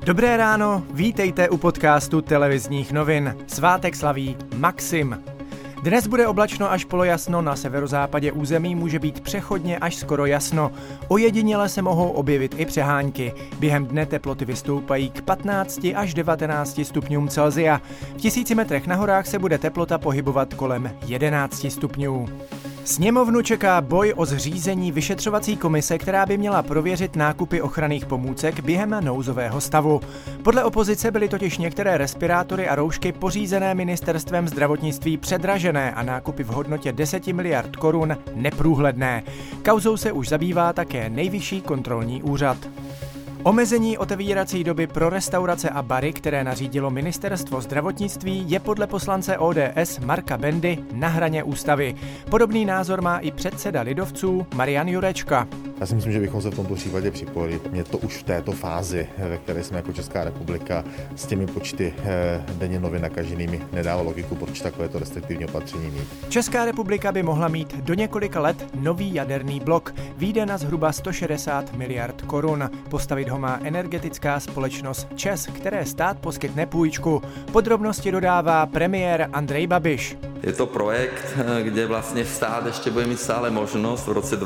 Dobré ráno, vítejte u podcastu televizních novin. Svátek slaví Maxim. Dnes bude oblačno až polojasno, na severozápadě území může být přechodně až skoro jasno. Ojediněle se mohou objevit i přehánky. Během dne teploty vystoupají k 15 až 19 stupňům Celsia. V 1000 metrech na horách se bude teplota pohybovat kolem 11 stupňů. Sněmovnu čeká boj o zřízení vyšetřovací komise, která by měla prověřit nákupy ochranných pomůcek během nouzového stavu. Podle opozice byly totiž některé respirátory a roušky pořízené ministerstvem zdravotnictví předražené a nákupy v hodnotě 10 miliard korun neprůhledné. Kauzou se už zabývá také Nejvyšší kontrolní úřad. Omezení otevírací doby pro restaurace a bary, které nařídilo ministerstvo zdravotnictví, je podle poslance ODS Marka Bendy na hraně ústavy. Podobný názor má i předseda lidovců Marian Jurečka. Já si myslím, že bychom se v tomto případě připojili. Mě to už v této fázi, ve které jsme jako Česká republika s těmi počty denně novin nakaženými nedává logiku, proč takovéto restriktivní opatření mít. Česká republika by mohla mít do několika let nový jaderný blok. Vyjde na zhruba 160 miliard korun. Postavit ho má energetická společnost ČEZ, které stát poskytne půjčku. Podrobnosti dodává premiér Andrej Babiš. Je to projekt, kde vlastně stát ještě bude mít stále možnost v roce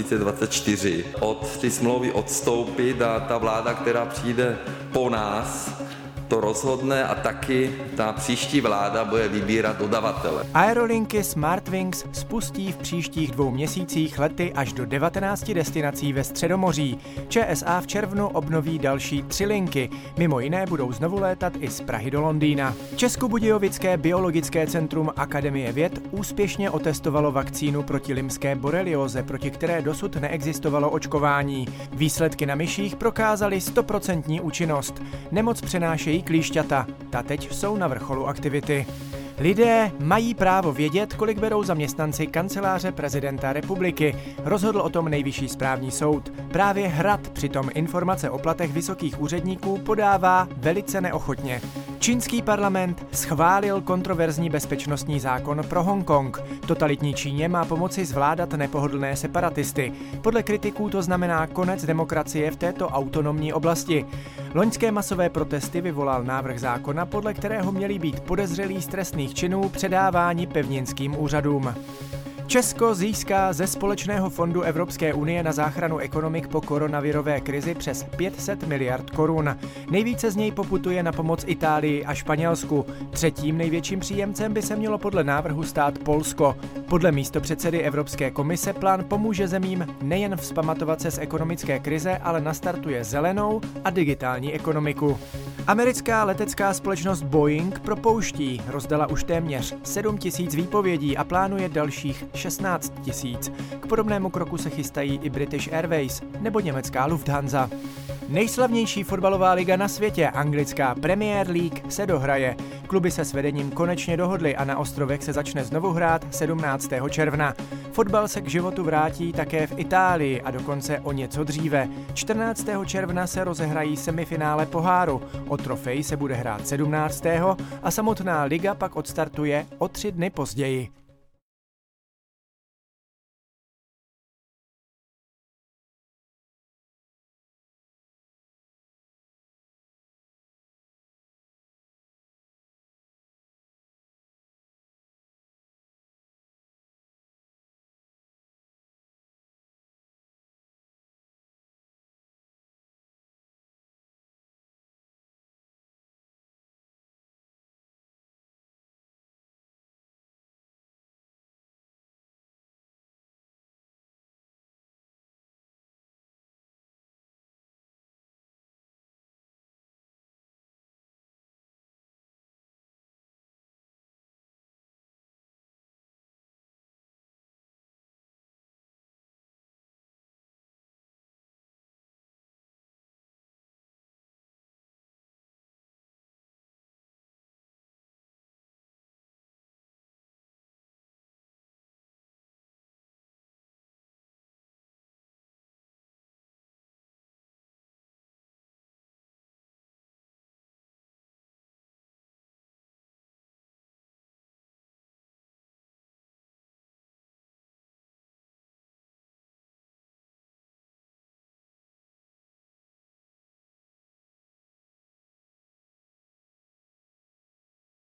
2024 od ty smlouvy odstoupit a ta vláda, která přijde po nás, to rozhodne a taky ta příští vláda bude vybírat dodavatele. Aerolinky Smartwings spustí v příštích 2 měsících lety až do 19 destinací ve Středomoří. ČSA v červnu obnoví další 3 linky. Mimo jiné budou znovu létat i z Prahy do Londýna. Českobudějovické biologické centrum Akademie věd úspěšně otestovalo vakcínu proti limské borelioze, proti které dosud neexistovalo očkování. Výsledky na myších prokázaly 100% účinnost. Nemoc přenášejí klíšťata. Ta teď jsou na vrcholu aktivity. Lidé mají právo vědět, kolik berou zaměstnanci kanceláře prezidenta republiky. Rozhodl o tom Nejvyšší správní soud. Právě Hrad přitom informace o platech vysokých úředníků podává velice neochotně. Čínský parlament schválil kontroverzní bezpečnostní zákon pro Hongkong. Totalitní Číně má pomoci zvládat nepohodlné separatisty. Podle kritiků to znamená konec demokracie v této autonomní oblasti. Loňské masové protesty vyvolal návrh zákona, podle kterého měli být podezřelí z trestných činů předáváni pevninským úřadům. Česko získá ze společného fondu Evropské unie na záchranu ekonomik po koronavirové krizi přes 500 miliard korun. Nejvíce z něj poputuje na pomoc Itálii a Španělsku. Třetím největším příjemcem by se mělo podle návrhu stát Polsko. Podle místopředsedy Evropské komise plán pomůže zemím nejen vzpamatovat se z ekonomické krize, ale nastartuje zelenou a digitální ekonomiku. Americká letecká společnost Boeing propouští, rozdala už téměř 7 000 výpovědí a plánuje dalších 16 000. K podobnému kroku se chystají i British Airways nebo německá Lufthansa. Nejslavnější fotbalová liga na světě, anglická Premier League, se dohraje. Kluby se s vedením konečně dohodly a na ostrovech se začne znovu hrát 17. června. Fotbal se k životu vrátí také v Itálii a dokonce o něco dříve. 14. června se rozehrají semifinále poháru. O trofej se bude hrát 17. a samotná liga pak odstartuje o 3 dny později.